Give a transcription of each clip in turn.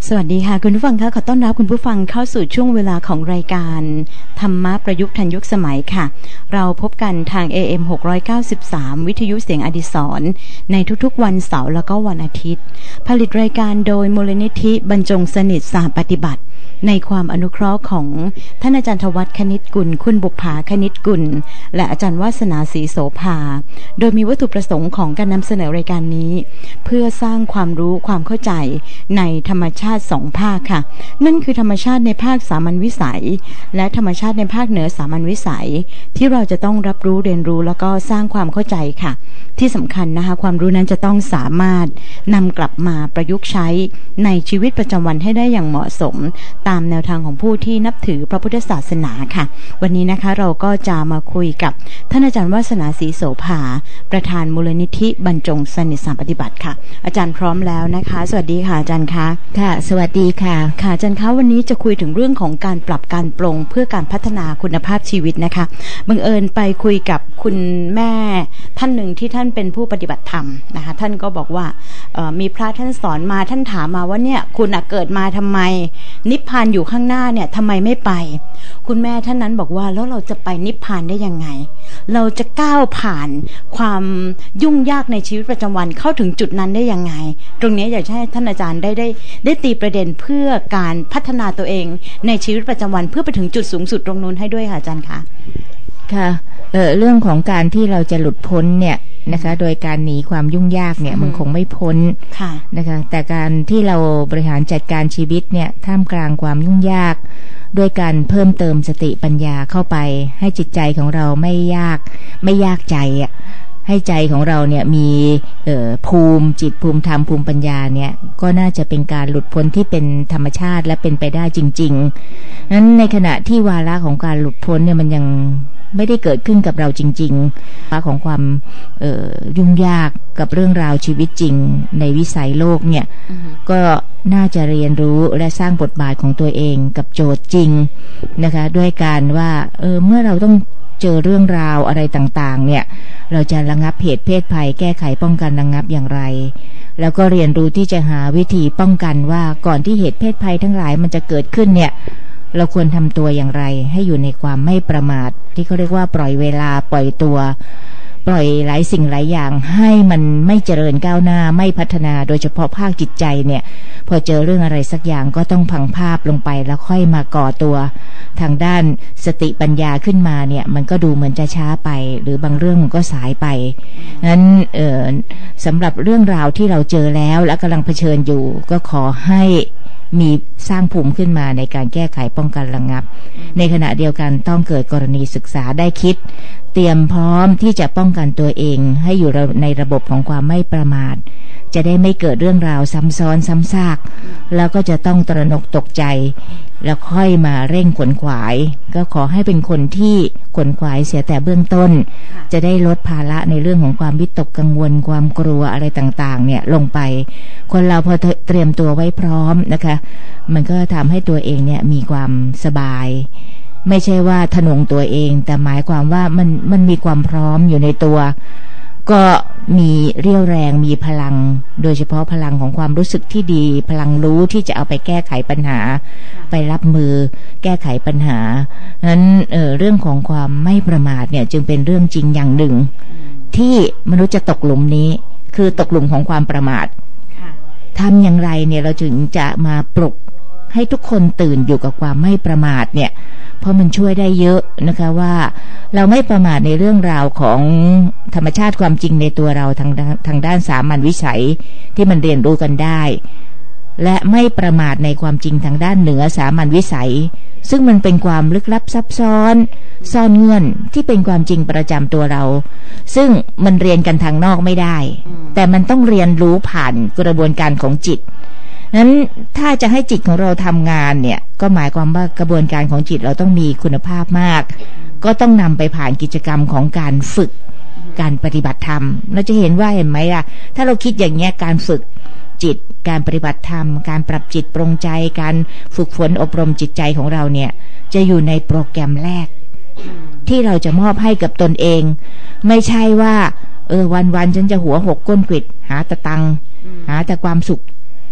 สวัสดีค่ะคุณผู้ฟังคะขอต้อนรับคุณผู้ฟังเข้าสู่ช่วงเวลาของรายการธรรมะประยุกต์ทันยุคสมัยค่ะเราพบกันทาง AM 693วิทยุเสียงอดิศรในทุกๆวันเสาร์แล้วก็วันอาทิตย์ผลิตรายการโดยมูลนิธิบรรจงสนิทสหปฏิบัติในความอนุเคราะห์ของท่านอาจารย์ธวัชคณิตกุลคุณบุภาคณิตกุลและอาจารย์วาสนาศรีโสภาโดยมีวัตถุประสงค์ของการนำเสนอรายการนี้เพื่อสร้างความรู้ความเข้าใจในธรรมชาติ2ภาคค่ะนั่นคือธรรมชาติในภาคสามัญวิสัยและธรรมชาติในภาคเหนือสามัญวิสัยที่เราจะต้องรับรู้เรียนรู้แล้วก็สร้างความเข้าใจค่ะที่สำคัญนะคะความรู้นั้นจะต้องสามารถนำกลับมาประยุกต์ใช้ในชีวิตประจำวันให้ได้อย่างเหมาะสมตามแนวทางของผู้ที่นับถือพระพุทธศาสนาค่ะวันนี้นะคะเราก็จะมาคุยกับท่านอาจารย์วาสนาศรีโสภาประธานมูลนิธิบรรจงสนิทสหปฏิบัติค่ะอาจารย์พร้อมแล้วนะคะสวัสดีค่ะอาจารย์คะค่ะสวัสดีค่ะค่ะอาจารย์คะวันนี้จะคุยถึงเรื่องของการปรับการปรงเพื่อการพัฒนาคุณภาพชีวิตนะคะบังเอิญไปคุยกับคุณแม่ท่านหนึ่งที่ท่านเป็นผู้ปฏิบัติธรรมนะคะท่านก็บอกว่ามีพระท่านสอนมาท่านถามมาว่าเนี่ยคุณเกิดมาทำไมนิพพานอยู่ข้างหน้าเนี่ยทำไมไม่ไปคุณแม่ท่านนั้นบอกว่าแล้วเราจะไปนิพพานได้ยังไงเราจะก้าวผ่านความยุ่งยากในชีวิตประจำวันเข้าถึงจุดนั้นได้ยังไงตรงนี้อยากให้ท่านอาจารย์ได้ตีประเด็นเพื่อการพัฒนาตัวเองในชีวิตประจำวันเพื่อไปถึงจุดสูงสุดตรงนู้นให้ด้วยค่ะอาจารย์คะค่ะเรื่องของการที่เราจะหลุดพ้นเนี่ยนะคะโดยการหนีความยุ่งยากเนี่ยมันคงไม่พ้นนะคะแต่การที่เราบริหารจัดการชีวิตเนี่ยท่ามกลางความยุ่งยากด้วยการเพิ่มเติมสติปัญญาเข้าไปให้จิตใจของเราไม่ยากใจอ่ะให้ใจของเราเนี่ยมีภูมิจิตภูมิธรรมภูมิปัญญาเนี่ยก็น่าจะเป็นการหลุดพ้นที่เป็นธรรมชาติและเป็นไปได้จริงๆนั้นในขณะที่วาระของการหลุดพ้นเนี่ยมันยังไม่ได้เกิดขึ้นกับเราจริงๆวาระของความยุ่งยากกับเรื่องราวชีวิตจริงในวิสัยโลกเนี่ยก็น่าจะเรียนรู้และสร้างบทบาทของตัวเองกับโจทย์จริงนะคะด้วยการว่าเมื่อเราต้องเจอเรื่องราวอะไรต่างๆเนี่ยเราจะระงับเหตุเพศภัยแก้ไขป้องกันระงับอย่างไรแล้วก็เรียนรู้ที่จะหาวิธีป้องกันว่าก่อนที่เหตุเพศภัยทั้งหลายมันจะเกิดขึ้นเนี่ยเราควรทำตัวอย่างไรให้อยู่ในความไม่ประมาทที่เขาเรียกว่าปล่อยเวลาปล่อยตัวปล่อยหลายสิ่งหลายอย่างให้มันไม่เจริญก้าวหน้าไม่พัฒนาโดยเฉพาะภาคจิตใจเนี่ยพอเจอเรื่องอะไรสักอย่างก็ต้องพังภาพลงไปแล้วค่อยมาก่อตัวทางด้านสติปัญญาขึ้นมาเนี่ยมันก็ดูเหมือนจะช้าไปหรือบางเรื่องมันก็สายไปงั้นสำหรับเรื่องราวที่เราเจอแล้วและกำลังเผชิญอยู่ก็ขอให้มีสร้างภูมิขึ้นมาในการแก้ไขป้องกันระงับในขณะเดียวกันต้องเกิดกรณีศึกษาได้คิดเตรียมพร้อมที่จะป้องกันตัวเองให้อยู่ในระบบของความไม่ประมาทจะได้ไม่เกิดเรื่องราวซ้ำซ้อนซ้ำซากแล้วก็จะต้องตระหนกตกใจแล้วค่อยมาเร่งขวนขวายก็ขอให้เป็นคนที่ขวนขวายเสียแต่เบื้องต้นจะได้ลดภาระในเรื่องของความวิตกกังวลความกลัวอะไรต่างๆเนี่ยลงไปคนเราพอเตรียมตัวไว้พร้อมนะคะมันก็ทำให้ตัวเองเนี่ยมีความสบายไม่ใช่ว่าทะนงตัวเองแต่หมายความว่ามันมีความพร้อมอยู่ในตัวก็มีเรี่ยวแรงมีพลังโดยเฉพาะพลังของความรู้สึกที่ดีพลังรู้ที่จะเอาไปแก้ไขปัญหาไปรับมือแก้ไขปัญหานั้นเรื่องของความไม่ประมาทเนี่ยจึงเป็นเรื่องจริงอย่างหนึ่งที่มนุษย์จะตกหลุมนี้คือตกหลุมของความประมาททำอย่างไรเนี่ยเราจึงจะมาปลุกให้ทุกคนตื่นอยู่กับความไม่ประมาทเนี่ยเพราะมันช่วยได้เยอะนะคะว่าเราไม่ประมาทในเรื่องราวของธรรมชาติความจริงในตัวเราทางด้านสามัญวิสัยที่มันเรียนรู้กันได้และไม่ประมาทในความจริงทางด้านเหนือสามัญวิสัยซึ่งมันเป็นความลึกลับซับซ้อนซ่อนเงื่อนที่เป็นความจริงประจำตัวเราซึ่งมันเรียนกันทางนอกไม่ได้แต่มันต้องเรียนรู้ผ่านกระบวนการของจิตนั้นถ้าจะให้จิตของเราทำงานเนี่ยก็หมายความว่ากระบวนการของจิตเราต้องมีคุณภาพมากก็ต้องนำไปผ่านกิจกรรมของการฝึกการปฏิบัติธรรมเราจะเห็นไหมล่ะถ้าเราคิดอย่างเงี้ยการฝึกจิตการปฏิบัติธรรมการปรับจิตปรงใจการฝึกฝนอบรมจิตใจของเราเนี่ยจะอยู่ในโปรแกรมแรกที่เราจะมอบให้กับตนเองไม่ใช่ว่าวันๆฉันจะหัวหกก้นกวิดหาแต่ตังหาแต่ความสุข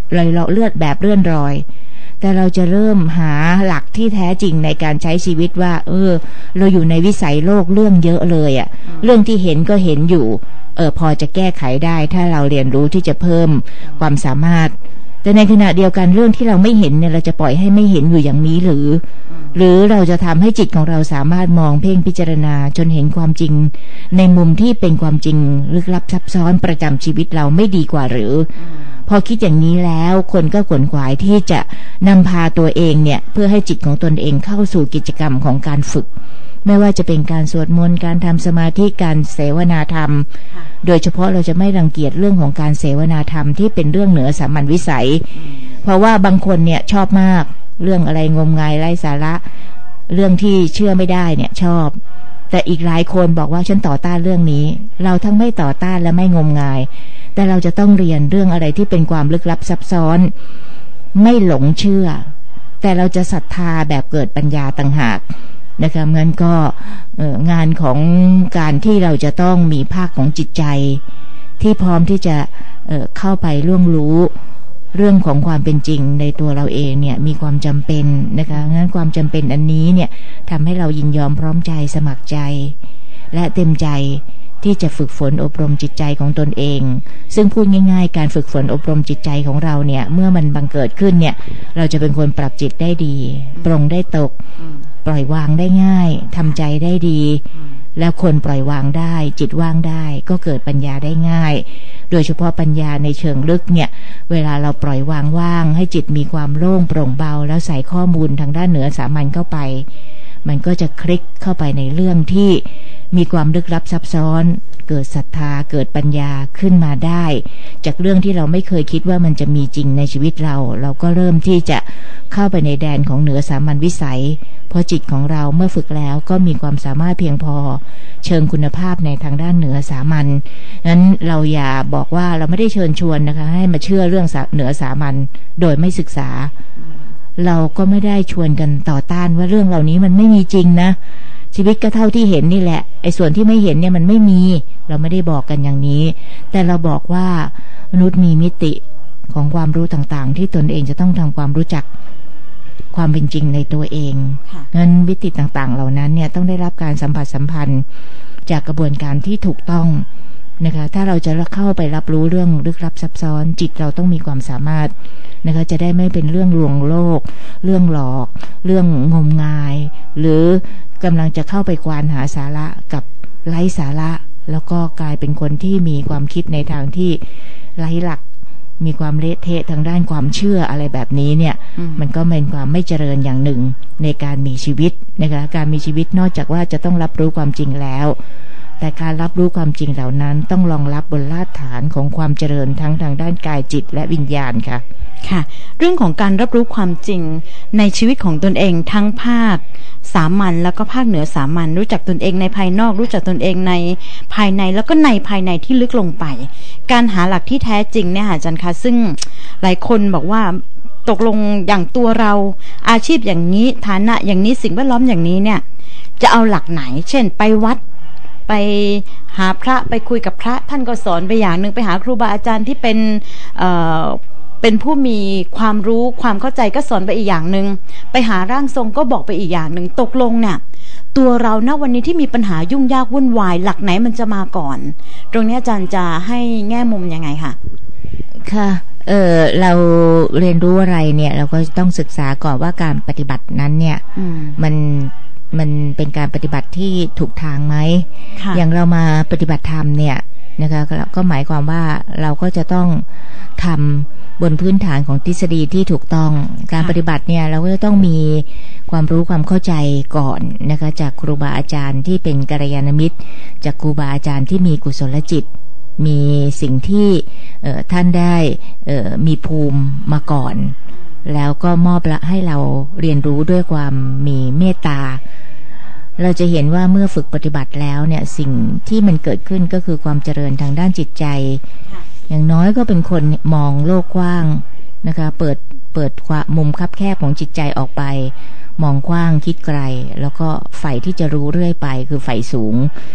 เลือดแบบเลื่อนรอยแต่เราจะเริ่มหาหลักที่แท้จริงในการใช้ชีวิตว่าเราอยู่ในวิสัยโลกเรื่องเยอะเลยอ่ะเรื่องที่เห็นก็เห็นอยู่พอจะแก้ไขได้ถ้าเราเรียนรู้ที่จะเพิ่มความสามารถแต่ในขณะเดียวกันเรื่องที่เราไม่เห็นเนี่ยเราจะปล่อยให้ไม่เห็นอยู่อย่างนี้หรือเราจะทำให้จิตของเราสามารถมองเพ่งพิจารณาจนเห็นความจริงในมุมที่เป็นความจริงลึกลับซับซ้อนประจำชีวิตเราไม่ดีกว่าหรือพอคิดอย่างนี้แล้วคนก็ขวนขวายที่จะนำพาตัวเองเนี่ยเพื่อให้จิตของตนเองเข้าสู่กิจกรรมของการฝึกไม่ว่าจะเป็นการสวดมนต์การทำสมาธิการเสวนาธรรมโดยเฉพาะเราจะไม่รังเกียจเรื่องของการเสวนาธรรมที่เป็นเรื่องเหนือสามัญวิสัยเพราะว่าบางคนเนี่ยชอบมากเรื่องอะไรงมงายไร้สาระเรื่องที่เชื่อไม่ได้เนี่ยชอบแต่อีกหลายคนบอกว่าฉันต่อต้านเรื่องนี้เราทั้งไม่ต่อต้านและไม่งมงายแต่เราจะต้องเรียนเรื่องอะไรที่เป็นความลึกลับซับซ้อนไม่หลงเชื่อแต่เราจะศรัทธาแบบเกิดปัญญาต่างหากนะคะงั้นก็งานของการที่เราจะต้องมีภาคของจิตใจที่พร้อมที่จะเข้าไปล่วงรู้เรื่องของความเป็นจริงในตัวเราเองเนี่ยมีความจำเป็นนะคะงั้นความจำเป็นอันนี้เนี่ยทำให้เรายินยอมพร้อมใจสมัครใจและเต็มใจที่จะฝึกฝนอบรมจิตใจของตนเองซึ่งพูดง่ายๆการฝึกฝนอบรมจิตใจของเราเนี่ยเมื่อมันบังเกิดขึ้นเนี่ยเราจะเป็นคนปรับจิตได้ดีปรงได้ตกปล่อยวางได้ง่ายทำใจได้ดีแล้วคนปล่อยวางได้จิตว่างได้ก็เกิดปัญญาได้ง่ายโดยเฉพาะปัญญาในเชิงลึกเนี่ยเวลาเราปล่อยวางว่างให้จิตมีความโล่งโปร่งเบาแล้วใส่ข้อมูลทางด้านเหนือสามัญเข้าไปมันก็จะคลิกเข้าไปในเรื่องที่มีความลึกลับซับซ้อนเกิดศรัทธาเกิดปัญญาขึ้นมาได้จากเรื่องที่เราไม่เคยคิดว่ามันจะมีจริงในชีวิตเราก็เริ่มที่จะเข้าไปในแดนของเหนือสามัญวิสัยเพราะจิตของเราเมื่อฝึกแล้วก็มีความสามารถเพียงพอเชิงคุณภาพในทางด้านเหนือสามัญนั้นเราอย่าบอกว่าเราไม่ได้เชิญชวนนะคะให้มาเชื่อเรื่องเหนือสามัญโดยไม่ศึกษาเราก็ไม่ได้ชวนกันต่อต้านว่าเรื่องเหล่านี้มันไม่มีจริงนะชีวิตก็เท่าที่เห็นนี่แหละไอ้ส่วนที่ไม่เห็นเนี่ยมันไม่มีเราไม่ได้บอกกันอย่างนี้แต่เราบอกว่ามนุษย์มีมิติของความรู้ต่างๆที่ตนเองจะต้องทำความรู้จักความเป็นจริงในตัวเองงั้นมิติต่างๆเหล่านั้นเนี่ยต้องได้รับการสัมผัสสัมพันธ์จากกระบวนการที่ถูกต้องนะคะถ้าเราจะเข้าไปรับรู้เรื่องลึกลับซับซ้อนจิตเราต้องมีความสามารถนะคะจะได้ไม่เป็นเรื่องลวงโลกเรื่องหลอกเรื่องงมงายหรือกำลังจะเข้าไปควานหาสาระกับไร้สาระแล้วก็กลายเป็นคนที่มีความคิดในทางที่ไร้หลักมีความเละเทะทางด้านความเชื่ออะไรแบบนี้เนี่ยมันก็เป็นความไม่เจริญอย่างหนึ่งในการมีชีวิตนะคะการมีชีวิตนอกจากว่าจะต้องรับรู้ความจริงแล้วแต่การรับรู้ความจริงเหล่านั้นต้องรองรับบนรากฐานของความเจริญทั้งทางด้านกายจิตและวิญญาณค่ะค่ะเรื่องของการรับรู้ความจริงในชีวิตของตนเองทั้งภาคสามัญแล้วก็ภาคเหนือสามัญรู้จักตนเองในภายนอกรู้จักตนเองในภายในแล้วก็ในภายในที่ลึกลงไปการหาหลักที่แท้จริงเนี่ยอาจารย์คะซึ่งหลายคนบอกว่าตกลงอย่างตัวเราอาชีพอย่างนี้ฐานะอย่างนี้สิ่งแวดล้อมอย่างนี้เนี่ยจะเอาหลักไหนเช่นไปวัดไปหาพระไปคุยกับพระท่านก็สอนไปอย่างหนึ่งไปหาครูบาอาจารย์ที่เป็นผู้มีความรู้ความเข้าใจก็สอนไปอีกอย่างหนึ่งไปหาร่างทรงก็บอกไปอีกอย่างหนึ่งตกลงเนี่ยตัวเราณวันนี้ที่มีปัญหายุ่งยากวุ่นวายหลักไหนมันจะมาก่อนตรงนี้อาจารย์จะให้แง่มุมยังไงคะค่ะเราเรียนรู้อะไรเนี่ยเราก็ต้องศึกษาก่อนว่าการปฏิบัตินั้นเนี่ยมันเป็นการปฏิบัติที่ถูกทางไหมอย่างเรามาปฏิบัติธรรมเนี่ยนะคะก็หมายความว่าเราก็จะต้องทำบนพื้นฐานของทฤษฎีที่ถูกต้องการปฏิบัติเนี่ยเราก็จะต้องมีความรู้ความเข้าใจก่อนนะคะจากครูบาอาจารย์ที่เป็นกัลยาณมิตรจากครูบาอาจารย์ที่มีกุศลจิตมีสิ่งที่ท่านได้มีภูมิมาก่อนแล้วก็มอบละให้เราเรียนรู้ด้วยความมีเมตตาเราจะเห็นว่าเมื่อฝึกปฏิบัติแล้วเนี่ยสิ่งที่มันเกิดขึ้นก็คือความเจริญทางด้านจิตใจอย่างน้อยก็เป็นคนมองโลกกว้างนะคะเปิดมุมคับแคบของจิตใจออกไปมองกว้างคิดไกลแล้วก็ใฝ่ที่จะรู้เรื่อยไปคือใฝ่สูง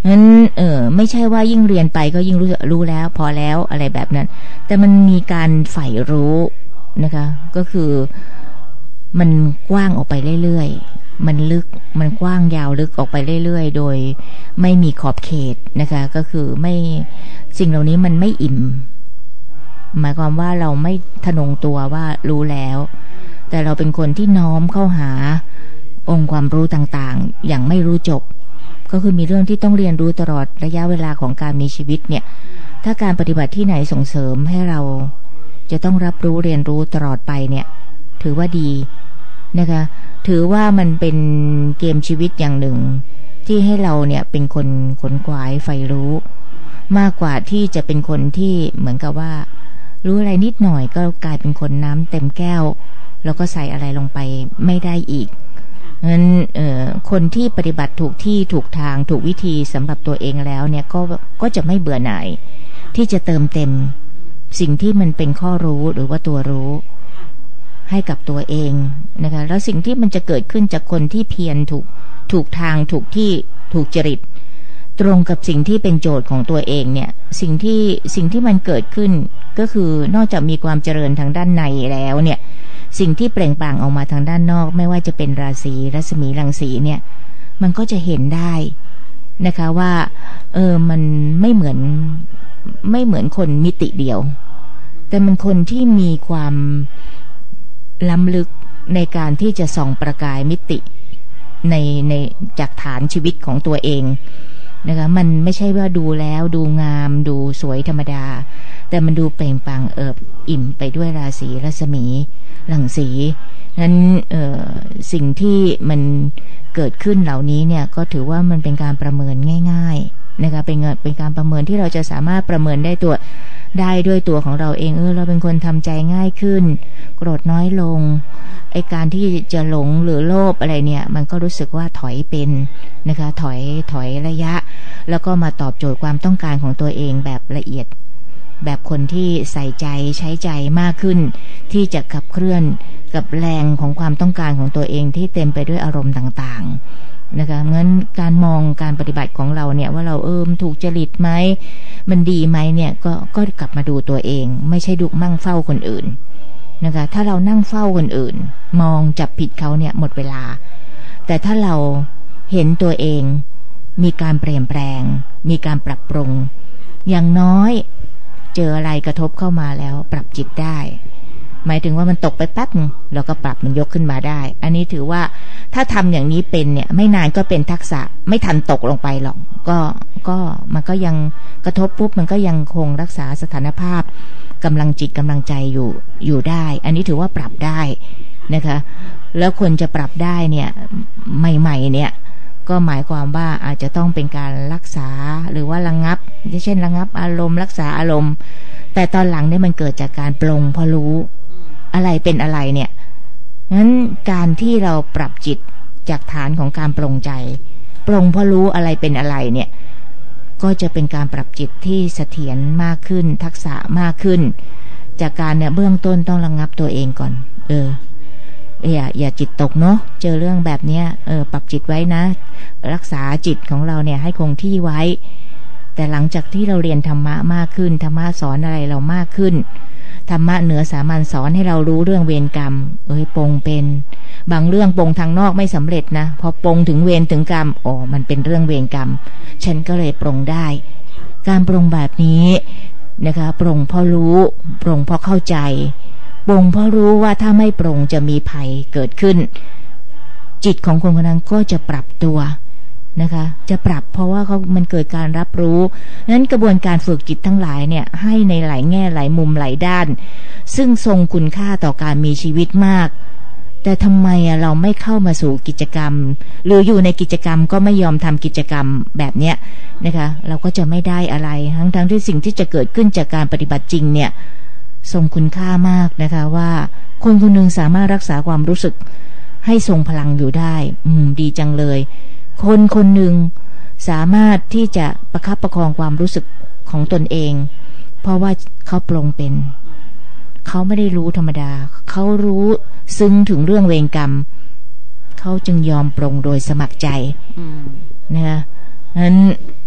งั้นไม่ใช่ว่ายิ่งเรียนไปก็ยิ่งรู้แล้วพอแล้วอะไรแบบนั้นแต่มันมีการใฝ่รู้นะคะก็คือมันกว้างออกไปเรื่อยๆมันลึกมันกว้างยาวลึกออกไปเรื่อยๆโดยไม่มีขอบเขตนะคะก็คือไม่สิ่งเหล่านี้มันไม่อิ่มหมายความว่าเราไม่ทะนงตัวว่ารู้แล้วแต่เราเป็นคนที่น้อมเข้าหาองค์ความรู้ต่างๆอย่างไม่รู้จบก็คือมีเรื่องที่ต้องเรียนรู้ตลอดระยะเวลาของการมีชีวิตเนี่ยถ้าการปฏิบัติที่ไหนส่งเสริมให้เราจะต้องรับรู้เรียนรู้ตลอดไปเนี่ยถือว่าดีนะคะถือว่ามันเป็นเกมชีวิตอย่างหนึ่งที่ให้เราเนี่ยเป็นคนขนขวายใฝ่รู้มากกว่าที่จะเป็นคนที่เหมือนกับว่ารู้อะไรนิดหน่อยก็กลายเป็นคนน้ำเต็มแก้วแล้วก็ใส่อะไรลงไปไม่ได้อีกงั้นคนที่ปฏิบัติถูกที่ถูกทางถูกวิธีสำหรับตัวเองแล้วเนี่ยก็จะไม่เบื่อหน่ายที่จะเติมเต็มสิ่งที่มันเป็นข้อรู้หรือว่าตัวรู้ให้กับตัวเองนะคะแล้วสิ่งที่มันจะเกิดขึ้นจากคนที่เพียรถูกทางถูกที่ถูกจริตตรงกับสิ่งที่เป็นโจทย์ของตัวเองเนี่ยสิ่งที่มันเกิดขึ้นก็คือนอกจากมีความเจริญทางด้านในแล้วเนี่ยสิ่งที่เปล่งปลั่งออกมาทางด้านนอกไม่ว่าจะเป็นราศีรัศมีรังสีเนี่ยมันก็จะเห็นได้นะคะว่ามันไม่เหมือนคนมิติเดียวแต่มันคนที่มีความล้ำลึกในการที่จะส่องประกายมิติในจากฐานชีวิตของตัวเองนะคะมันไม่ใช่ว่าดูแล้วดูงามดูสวยธรรมดาแต่มันดูเปล่งปลั่งอิ่มไปด้วยราศีรัศมีรังสีนั้นสิ่งที่มันเกิดขึ้นเหล่านี้เนี่ยก็ถือว่ามันเป็นการประเมินง่ายๆนะคะเป็นการประเมินที่เราจะสามารถประเมินได้ด้วยตัวของเราเองเราเป็นคนทำใจง่ายขึ้นโกรธน้อยลงไอ้การที่จะหลงหรือโลภอะไรเนี่ยมันก็รู้สึกว่าถอยเป็นนะคะถอยระยะแล้วก็มาตอบโจทย์ความต้องการของตัวเองแบบละเอียดแบบคนที่ใส่ใจใช้ใจมากขึ้นที่จะขับเคลื่อนกับแรงของความต้องการของตัวเองที่เต็มไปด้วยอารมณ์ต่างๆนะคะงั้นการมองการปฏิบัติของเราเนี่ยว่าเราถูกจริตไหมมันดีไหมเนี่ยก็กลับมาดูตัวเองไม่ใช่ดูมั่งเฝ้าคนอื่นนะคะถ้าเรานั่งเฝ้าคนอื่นมองจับผิดเขาเนี่ยหมดเวลาแต่ถ้าเราเห็นตัวเองมีการเปลี่ยนแปลงมีการปรับปรุงอย่างน้อยเจออะไรกระทบเข้ามาแล้วปรับจิตได้หมายถึงว่ามันตกไปแป๊บนึงแล้วก็ปรับมันยกขึ้นมาได้อันนี้ถือว่าถ้าทำอย่างนี้เป็นเนี่ยไม่นานก็เป็นทักษะไม่ทันตกลงไปหรอกก็มันก็ยังกระทบปุ๊บมันก็ยังคงรักษาสถานภาพกำลังจิตกำลังใจอยู่ได้อันนี้ถือว่าปรับได้นะคะแล้วคนจะปรับได้เนี่ยใหม่ๆเนี่ยก็หมายความว่าอาจจะต้องเป็นการรักษาหรือว่าระงับเช่นระงับอารมณ์รักษาอารมณ์แต่ตอนหลังเนี่ยมันเกิดจากการปลงพอรู้อะไรเป็นอะไรเนี่ยงั้นการที่เราปรับจิตจากฐานของการปลงใจปลงพอรู้อะไรเป็นอะไรเนี่ยก็จะเป็นการปรับจิตที่เสถียรมากขึ้นทักษะมากขึ้นจากการเนี่ยเบื้องต้นต้องระงับตัวเองก่อนอย่าจิตตกเนาะเจอเรื่องแบบนี้ปรับจิตไว้นะรักษาจิตของเราเนี่ยให้คงที่ไว้แต่หลังจากที่เราเรียนธรรมะมากขึ้นธรรมะสอนอะไรเรามากขึ้นธรรมะเหนือสามัญสอนให้เรารู้เรื่องเวรกรรมปรงเป็นบางเรื่องปรงทางนอกไม่สำเร็จนะพอปรงถึงเวรถึงกรรมมันเป็นเรื่องเวรกรรมฉันก็เลยปรงได้การปรงแบบนี้นะคะปรงเพราะรู้ปรงเพราะเข้าใจปรงเพราะรู้ว่าถ้าไม่ปรงจะมีภัยเกิดขึ้นจิตของคนคนนั้นก็จะปรับตัวนะคะจะปรับเพราะว่ามันเกิดการรับรู้นั้นกระบวนการฝึกจิตทั้งหลายเนี่ยให้ในหลายแง่หลายมุมหลายด้านซึ่งทรงคุณค่าต่อการมีชีวิตมากแต่ทำไมเราไม่เข้ามาสู่กิจกรรมหรืออยู่ในกิจกรรมก็ไม่ยอมทำกิจกรรมแบบเนี้ยนะคะเราก็จะไม่ได้อะไรทั้งที่สิ่งที่จะเกิดขึ้นจากการปฏิบัติจริงเนี่ยทรงคุณค่ามากนะคะว่าคนคนหนึ่งสามารถรักษาความรู้สึกให้ทรงพลังอยู่ได้ดีจังเลยคนคนหนึ่งสามารถที่จะประคับประคองความรู้สึกของตนเองเพราะว่าเขาปลงเป็นเขาไม่ได้รู้ธรรมดาเขารู้ซึ้งถึงเรื่องเวรกรรมเขาจึงยอมปลงโดยสมัครใจนะคะนั้น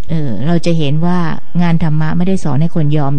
เราจะเห็นว่างานธรรมะไม่ได้สอนให้คนยอม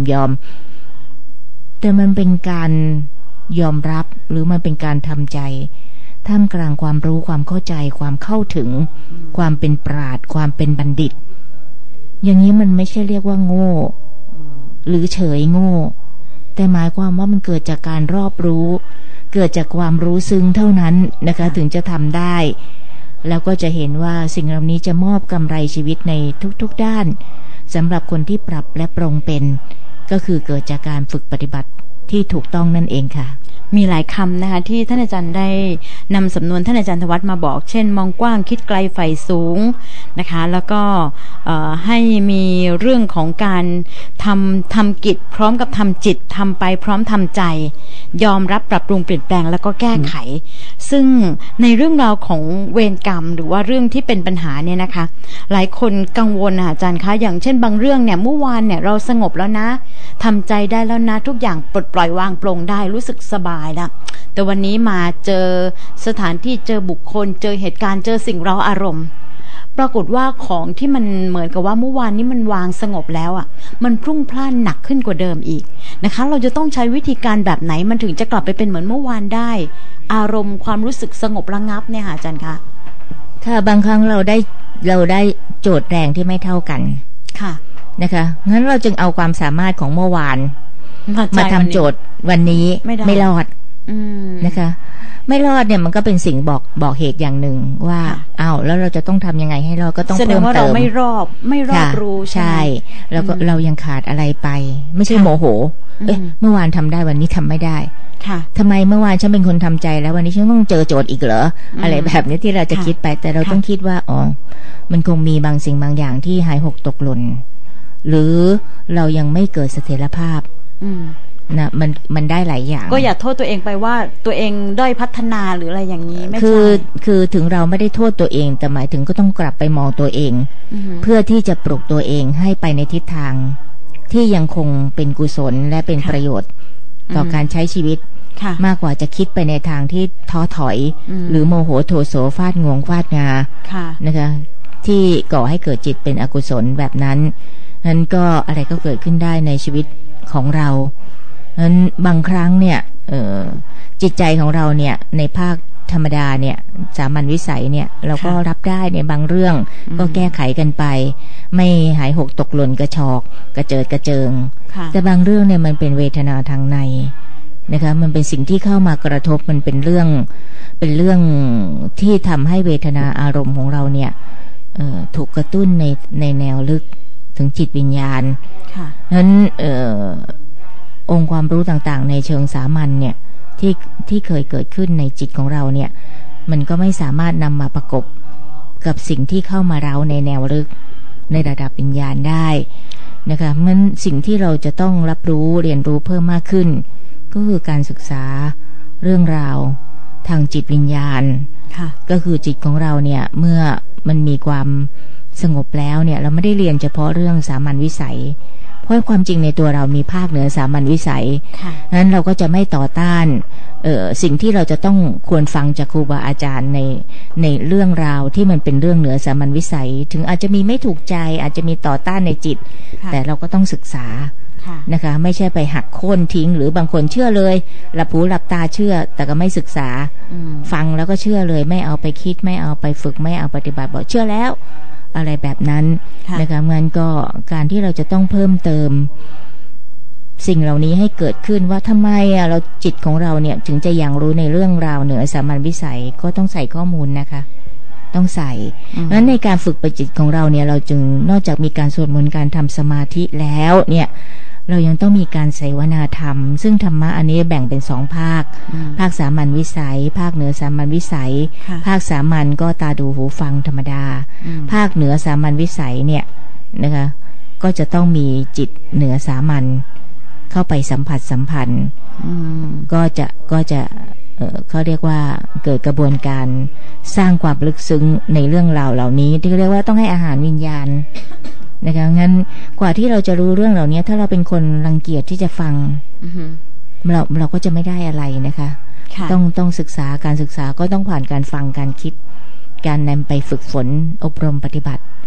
แต่มันเป็นการยอมรับหรือมันเป็นการทำใจท่ามกลางความรู้ความเข้าใจความเข้าถึงความเป็นปราชญ์ความเป็นบัณฑิตอย่างนี้มันไม่ใช่เรียกว่าโง่หรือเฉยโง่แต่หมายความว่ามันเกิดจากการรอบรู้เกิดจากความรู้ซึ้งเท่านั้นนะคะถึงจะทำได้แล้วก็จะเห็นว่าสิ่งเหล่านี้จะมอบกำไรชีวิตในทุกๆด้านสำหรับคนที่ปรับและปรงเป็นก็คือเกิดจากการฝึกปฏิบัติที่ถูกต้องนั่นเองค่ะมีหลายคำนะคะที่ท่านอาจารย์ได้นำสำนวนท่านอาจารย์ธวัฒน์มาบอกเช่นมองกว้างคิดไกลใฝ่สูงนะคะแล้วก็ให้มีเรื่องของการทำกิจพร้อมกับทำจิตทำไปพร้อมทำใจยอมรับปรับปรุงเปลี่ยนแปลงแล้วก็แก้ไขซึ่งในเรื่องราวของเวรกรรมหรือว่าเรื่องที่เป็นปัญหาเนี่ยนะคะหลายคนกังวลอาจารย์คะอย่างเช่นบางเรื่องเนี่ยเมื่อวานเนี่ยเราสงบแล้วนะทำใจได้แล้วนะทุกอย่างปลดปล่อยวางปลงได้รู้สึกสบายแล้วแต่วันนี้มาเจอสถานที่เจอบุคคลเจอเหตุการณ์เจอสิ่งเร้าอารมณ์ปรากฏว่าของที่มันเหมือนกับว่าเมื่อวานนี้มันวางสงบแล้วอ่ะมันพรุ่งพล่านหนักขึ้นกว่าเดิมอีกนะคะเราจะต้องใช้วิธีการแบบไหนมันถึงจะกลับไปเป็นเหมือนเมื่อวานได้อารมณ์ความรู้สึกสงบระงับเนี่ยค่ะอาจารย์คะถ้าบางครั้งเราได้โจทย์แรงที่ไม่เท่ากันค่ะนะคะงั้นเราจึงเอาความสามารถของเมื่อวานมาทำโจทย์วันนี้ไม่รอดนะคะไม่รอดเนี่ยมันก็เป็นสิ่งบอกเหตุอย่างหนึ่งว่าอ้าวแล้วเราจะต้องทำยังไงให้รอดก็ต้องเพิ่มเติมแสดงว่าเราไม่รอบรู้ใช่แล้วก็เรายังขาดอะไรไปไม่ใช่โมโหเมื่อวานทำได้วันนี้ทำไม่ได้ทำไมเมื่อวานฉันเป็นคนทำใจแล้ววันนี้ฉันต้องเจอโจทย์อีกเหรออะไรแบบนี้ที่เราจะคิดไปแต่เราต้องคิดว่าอ๋อมันคงมีบางสิ่งบางอย่างที่หายหกตกหล่นหรือเรายังไม่เกิดเสถียรภาพนะมันได้หลายอย่างก็อย่าโทษตัวเองไปว่าตัวเองด้อยพัฒนาหรืออะไรอย่างนี้ไม่ใช่คือถึงเราไม่ได้โทษตัวเองแต่หมายถึงก็ต้องกลับไปมองตัวเองเพื่อที่จะปลุกตัวเองให้ไปในทิศทางที่ยังคงเป็นกุศลและเป็นประโยชน์ต่อการใช้ชีวิตมากกว่าจะคิดไปในทางที่ท้อถอยหรือโมโหโทโสฟาดงวงฟาดงานะคะที่ก่อให้เกิดจิตเป็นอกุศลแบบนั้นนั้นก็อะไรก็เกิดขึ้นได้ในชีวิตของเรานั้นบางครั้งเนี่ยจิตใจของเราเนี่ยในภาคธรรมดาเนี่ยสามัญวิสัยเนี่ยเราก็รับได้ในบางเรื่องก็แก้ไขกันไปไม่หายหกตกหล่นกระชอกกระเจิดกระเจิงแต่บางเรื่องเนี่ยมันเป็นเวทนาทางในนะคะมันเป็นสิ่งที่เข้ามากระทบมันเป็นเรื่องที่ทำให้เวทนาอารมณ์ของเราเนี่ยถูกกระตุ้นในแนวลึกถึงจิตวิญญาณนั้นองค์ความรู้ต่างๆในเชิงสามัญเนี่ยที่เคยเกิดขึ้นในจิตของเราเนี่ยมันก็ไม่สามารถนำมาประกบกับสิ่งที่เข้ามาเร้าในแนวลึกในระดับวิญญาณได้นะคะงั้นสิ่งที่เราจะต้องรับรู้เรียนรู้เพิ่มมากขึ้นก็คือการศึกษาเรื่องราวทางจิตวิญญาณก็คือจิตของเราเนี่ยเมื่อมันมีความสงบแล้วเนี่ยเราไม่ได้เรียนเฉพาะเรื่องสามัญวิสัยเพราะความจริงในตัวเรามีภาคเหนือสามัญวิสัยนั้นเราก็จะไม่ต่อต้านสิ่งที่เราจะต้องควรฟังจากครูบาอาจารย์ในเรื่องราวที่มันเป็นเรื่องเหนือสามัญวิสัยถึงอาจจะมีไม่ถูกใจอาจจะมีต่อต้านในจิตแต่เราก็ต้องศึกษานะคะไม่ใช่ไปหักโค่นทิ้งหรือบางคนเชื่อเลยหลับหูหลับตาเชื่อแต่ก็ไม่ศึกษาฟังแล้วก็เชื่อเลยไม่เอาไปคิดไม่เอาไปฝึกไม่เอาปฏิบัติบอกเชื่อแล้วอะไรแบบนั้นนะคะงั้นก็การที่เราจะต้องเพิ่มเติมสิ่งเหล่านี้ให้เกิดขึ้นว่าทำไมเราจิตของเราเนี่ยถึงจะยังรู้ในเรื่องราวเหนือสามัญวิสัยก็ต้องใส่ข้อมูลนะคะต้องใส่งั้นในการฝึกจิตของเราเนี่ยเราจึงนอกจากมีการสวดมนต์การทำสมาธิแล้วเนี่ยเรายังต้องมีการเสวนาธรรมซึ่งธรรมะอันนี้แบ่งเป็น2ภาคภาคสามัญวิสัยภาคเหนือสามัญวิสัยภาคสามัญก็ตาดูหูฟังธรรมดาภาคเหนือสามัญวิสัยเนี่ยนะคะก็จะต้องมีจิตเหนือสามัญเข้าไปสัมพันธ์ก็จะเขาเรียกว่าเกิดกระบวนการสร้างความลึกซึ้งในเรื่องราวเหล่านี้ที่เรียกว่าต้องให้อาหารวิญญาณนะคะงั้นกว่าที่เราจะรู้เรื่องเหล่านี้ถ้าเราเป็นคนรังเกียจที่จะฟังเราก็จะไม่ได้อะไรนะคะต้องศึกษาการศึกษาก็ต้องผ่านการฟังการคิดการนำไปฝึกฝนอบรมปฏิบัติ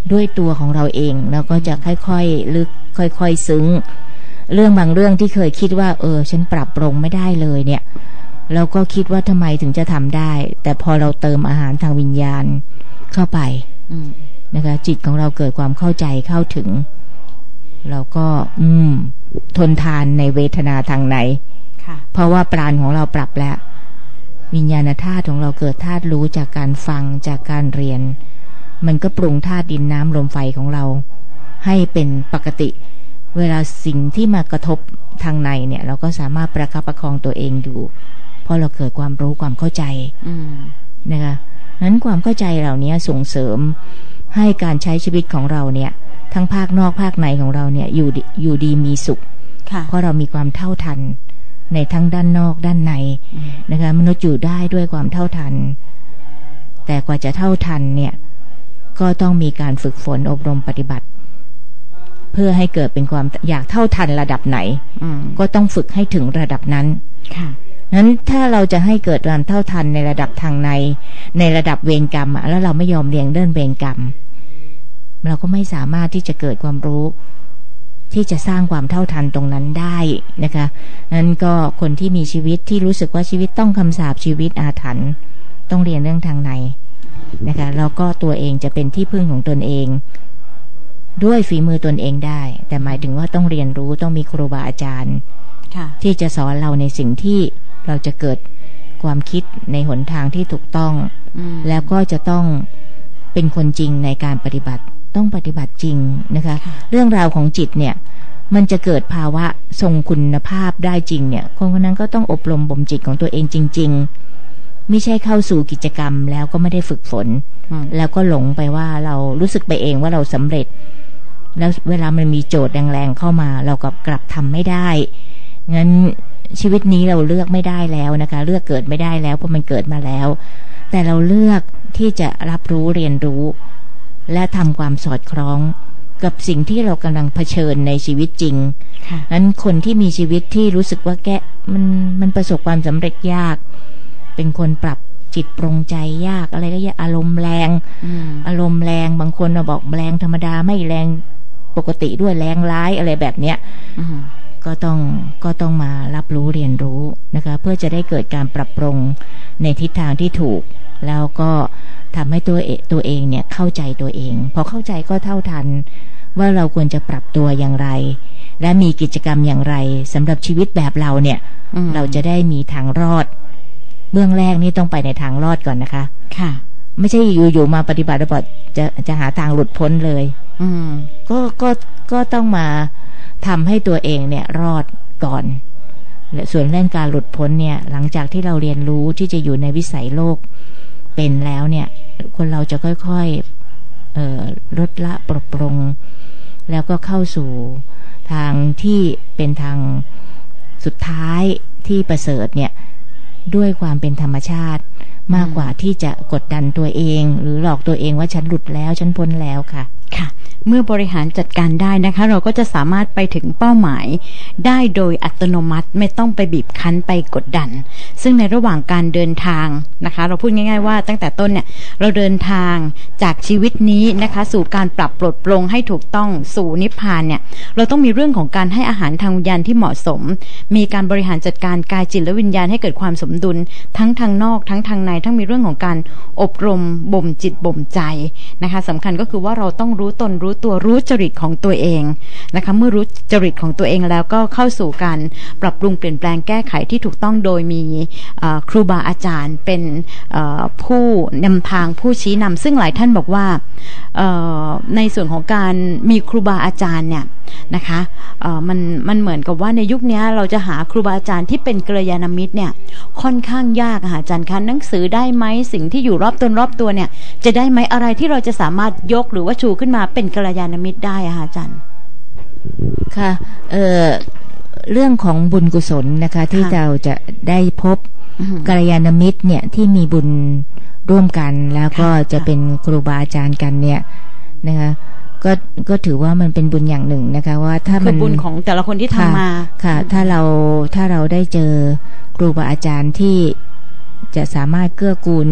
ด้วยตัวของเราเองแล้วก็จะค่อยๆลึกค่อยๆซึ้งเรื่องบางเรื่องที่เคยคิดว่าฉันปรับปรุงไม่ได้เลยเนี่ยเราก็คิดว่าทำไมถึงจะทำได้แต่พอเราเติมอาหารทางวิญญาณเข้าไปนะคะจิตของเราเกิดความเข้าใจเข้าถึงเราก็ทนทานในเวทนาทางไหนเพราะว่าปราณของเราปรับแล้ววิญญาณธาตุของเราเกิดธาตุรู้จากการฟังจากการเรียนมันก็ปรุงธาตุดินน้ำลมไฟของเราให้เป็นปกติเวลาสิ่งที่มากระทบทางในเนี่ยเราก็สามารถประคับประคองตัวเองอยู่เพราะเราเกิดความรู้ความเข้าใจนะคะนั้นความเข้าใจเหล่านี้ส่งเสริมให้การใช้ชีวิตของเราเนี่ยทั้งภาคนอกภาคในของเราเนี่ยอยู่ดีมีสุขเพราะเรามีความเท่าทันในทั้งด้านนอกด้านในนะคะมนุษย์อยู่ได้ด้วยความเท่าทันแต่กว่าจะเท่าทันเนี่ยก็ต้องมีการฝึกฝนอบรมปฏิบัติเพื่อให้เกิดเป็นความอยากเท่าทันระดับไหนก็ต้องฝึกให้ถึงระดับนั้นนั้นถ้าเราจะให้เกิดความเท่าทันในระดับทางในระดับเวรกรรมแล้วเราไม่ยอมเรียงเรื่องเวรกรรมเราก็ไม่สามารถที่จะเกิดความรู้ที่จะสร้างความเท่าทันตรงนั้นได้นะคะนั้นก็คนที่มีชีวิตที่รู้สึกว่าชีวิตต้องคำสาปชีวิตอาถรรพ์ต้องเรียนเรื่องทางในนะคะแล้วก็ตัวเองจะเป็นที่พึ่งของตนเองด้วยฝีมือตนเองได้แต่หมายถึงว่าต้องเรียนรู้ต้องมีครูบาอาจารย์ที่จะสอนเราในสิ่งที่เราจะเกิดความคิดในหนทางที่ถูกต้องแล้วก็จะต้องเป็นคนจริงในการปฏิบัติต้องปฏิบัติจริงนะคะเรื่องราวของจิตเนี่ยมันจะเกิดภาวะทรงคุณภาพได้จริงเนี่ยคนคนนั้นก็ต้องอบรมบ่มจิตของตัวเองจริงๆไม่ใช่เข้าสู่กิจกรรมแล้วก็ไม่ได้ฝึกฝนแล้วก็หลงไปว่าเรารู้สึกไปเองว่าเราสำเร็จแล้วเวลามันมีโจทย์แรงๆเข้ามาเราก็กลับทำไม่ได้งั้นชีวิตนี้เราเลือกไม่ได้แล้วนะคะเลือกเกิดไม่ได้แล้วเพราะมันเกิดมาแล้วแต่เราเลือกที่จะรับรู้เรียนรู้และทำความสอดคล้องกับสิ่งที่เรากำลังเผชิญในชีวิตจริงนั้นคนที่มีชีวิตที่รู้สึกว่ามันประสบความสำเร็จยากเป็นคนปรับจิตปรงใจยากอะไรก็ยากอารมณ์แรงบางคนเราบอกแรงธรรมดาไม่แรงปกติด้วยแรงร้ายอะไรแบบเนี้ยก็ต้องมารับรู้เรียนรู้นะคะเพื่อจะได้เกิดการปรับปรุงในทิศทางที่ถูกแล้วก็ทำให้ตัวเองเนี่ยเข้าใจตัวเองพอเข้าใจก็เท่าทันว่าเราควรจะปรับตัวอย่างไรและมีกิจกรรมอย่างไรสำหรับชีวิตแบบเราเนี่ยเราจะได้มีทางรอดเบื้องแรกนี่ต้องไปในทางรอดก่อนนะคะค่ะไม่ใช่อยู่ๆมาปฏิบัติแล้วจะหาทางหลุดพ้นเลยก็ต้องมาทำให้ตัวเองเนี่ยรอดก่อนและส่วนเรื่องการหลุดพ้นเนี่ยหลังจากที่เราเรียนรู้ที่จะอยู่ในวิสัยโลกเป็นแล้วเนี่ยคนเราจะค่อยๆลดละปลดปลงแล้วก็เข้าสู่ทางที่เป็นทางสุดท้ายที่ประเสริฐเนี่ยด้วยความเป็นธรรมชาติมากกว่าที่จะกดดันตัวเองหรือหลอกตัวเองว่าฉันหลุดแล้วฉันพ้นแล้วค่ะค่ะเมื่อบริหารจัดการได้นะคะเราก็จะสามารถไปถึงเป้าหมายได้โดยอัตโนมัติไม่ต้องไปบีบคั้นไปกดดันซึ่งในระหว่างการเดินทางนะคะเราพูดง่ายๆว่าตั้งแต่ต้นเนี่ยเราเดินทางจากชีวิตนี้นะคะสู่การปรับปลดปลงให้ถูกต้องสู่นิพพานเนี่ยเราต้องมีเรื่องของการให้อาหารทางวิญญาณที่เหมาะสมมีการบริหารจัดการกายจิตและวิญญาณให้เกิดความสมดุลทั้งทางนอกทั้งทางในทั้งมีเรื่องของการอบรมบ่มจิตบ่มใจนะคะสำคัญก็คือว่าเราต้องรู้ตนรู้ตัวรู้จริตของตัวเองนะคะเมื่อรู้จริตของตัวเองแล้วก็เข้าสู่การปรับปรุงเปลี่ยนแปลงแก้ไขที่ถูกต้องโดยมีครูบาอาจารย์เป็นผู้นำทางผู้ชี้นำซึ่งหลายท่านบอกว่าในส่วนของการมีครูบาอาจารย์เนี่ยนะคะมันเหมือนกับว่าในยุคนี้เราจะหาครูบาอาจารย์ที่เป็นกัลยาณมิตรเนี่ยค่อนข้างยากอาจารย์คะหนังสือได้ไหมสิ่งที่อยู่รอบตนรอบตัวเนี่ยจะได้ไหมอะไรที่เราจะสามารถยกหรือว่าชูขึ้นมาเป็นกัลยาณมิตรได้อาจารย์ค่ะเรื่องของบุญกุศลนะคะที่เราจะได้พบกัลยาณมิตรเนี่ยที่มีบุญร่วมกันแล้วก็จะเป็นครูบาอาจารย์กันเนี่ยนะคะก็ถือว่ามันเป็นบุญอย่างหนึ่งนะคะว่าถ้ามันบุญของแต่ละคนที่ทำมาค่ะถ้าเราได้เจอครูบาอาจารย์ที่จะสามารถเกื้อกูล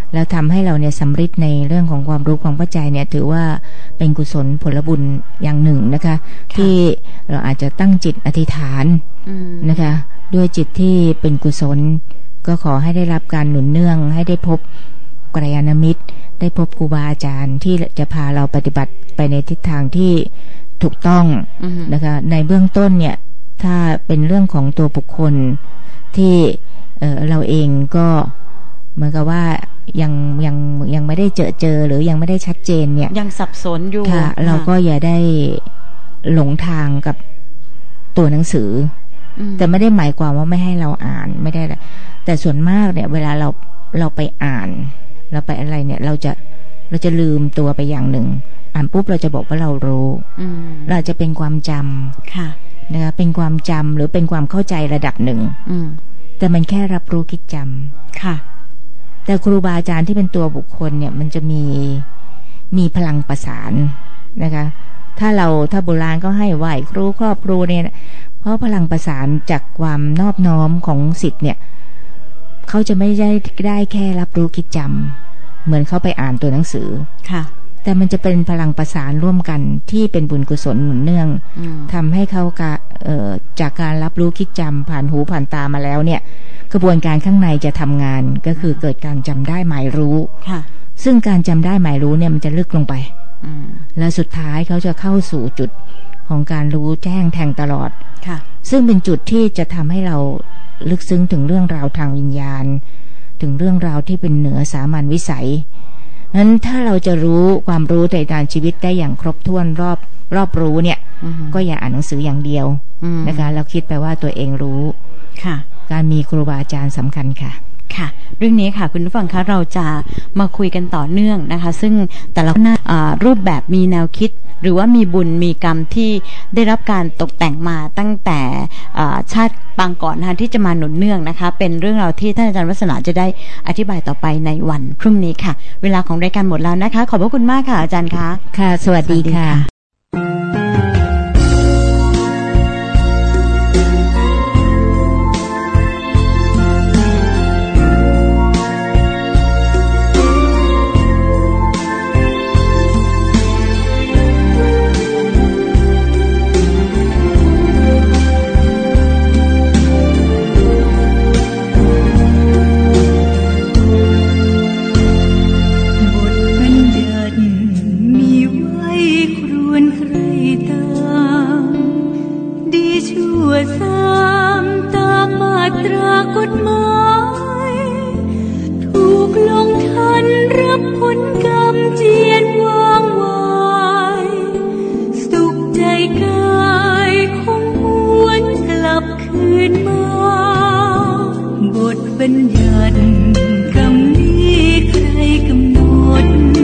แล้วทำให้เราเนี่ยสำเร็จในเรื่องของความรู้ความเข้าใจเนี่ยถือว่าเป็นกุศลผลบุญอย่างหนึ่งนะคะที่เราอาจจะตั้งจิตอธิษฐานนะคะด้วยจิตที่เป็นกุศลก็ขอให้ได้รับการหนุนเนื่องให้ได้พบกัลยาณมิตรได้พบครูบาอาจารย์ที่จะพาเราปฏิบัติไปในทิศทางที่ถูกต้องนะคะในเบื้องต้นเนี่ยถ้าเป็นเรื่องของตัวบุคคลที่เราเองก็เหมือนกับว่ายังไม่ได้เจอหรือยังไม่ได้ชัดเจนเนี่ยยังสับสนอยู่ค่ะเราก็อย่าได้หลงทางกับตัวหนังสือแต่ไม่ได้หมายความว่าไม่ให้เราอ่านไม่ได้แต่ส่วนมากเนี่ยเวลาเราไปอ่านเราไปอะไรเนี่ยเราจะลืมตัวไปอย่างหนึ่งอ่านปุ๊บเราจะบอกว่าเรารู้เราจะเป็นความจำค่ะนะคะเป็นความจำหรือเป็นความเข้าใจระดับหนึ่งแต่มันแค่รับรู้คิดจำค่ะแต่ครูบาอาจารย์ที่เป็นตัวบุคคลเนี่ยมันจะมีพลังประสานนะคะถ้าโบราณก็ให้ไหว้ครูครอบครูเนี่ยเพราะพลังประสานจากความนอบน้อมของศิษย์เนี่ยเขาจะไม่ได้แค่รับรู้คิดจำเหมือนเขาไปอ่านตัวหนังสือค่ะแต่มันจะเป็นพลังประสานร่วมกันที่เป็นบุญกุศลหนุนเนื่องทำให้เขาจากการรับรู้คิดจำผ่านหูผ่านตามาแล้วเนี่ยกระบวนการข้างในจะทำงานก็คือเกิดการจำได้หมายรู้ค่ะซึ่งการจำได้หมายรู้เนี่ยมันจะลึกลงไปและสุดท้ายเขาจะเข้าสู่จุดของการรู้แจ้งแทงตลอดค่ะซึ่งเป็นจุดที่จะทำให้เราลึกซึ้งถึงเรื่องราวทางวิญญาณถึงเรื่องราวที่เป็นเหนือสามัญวิสัยนั้นถ้าเราจะรู้ความรู้ในการชีวิตได้อย่างครบถ้วนรอบรู้เนี่ยก็อย่าอ่านหนังสืออย่างเดียวนะคะเราคิดไปว่าตัวเองรู้ค่ะการมีครูบาอาจารย์สำคัญค่ะค่ะเรื่องนี้ค่ะคุณผู้ฟังคะเราจะมาคุยกันต่อเนื่องนะคะซึ่งแต่ละรูปแบบมีแนวคิดหรือว่ามีบุญมีกรรมที่ได้รับการตกแต่งมาตั้งแต่ชาติปางก่อนนะคะที่จะมาหนุนเนื่องนะคะเป็นเรื่องราวที่ท่านอาจารย์วัฒนาจะได้อธิบายต่อไปในวันพรุ่งนี้ค่ะเวลาของรายการหมดแล้วนะคะขอบพระคุณมากค่ะอาจารย์คะค่ะสวัสดีค่ะบัญญัติกรรมนี้ใครกำหนด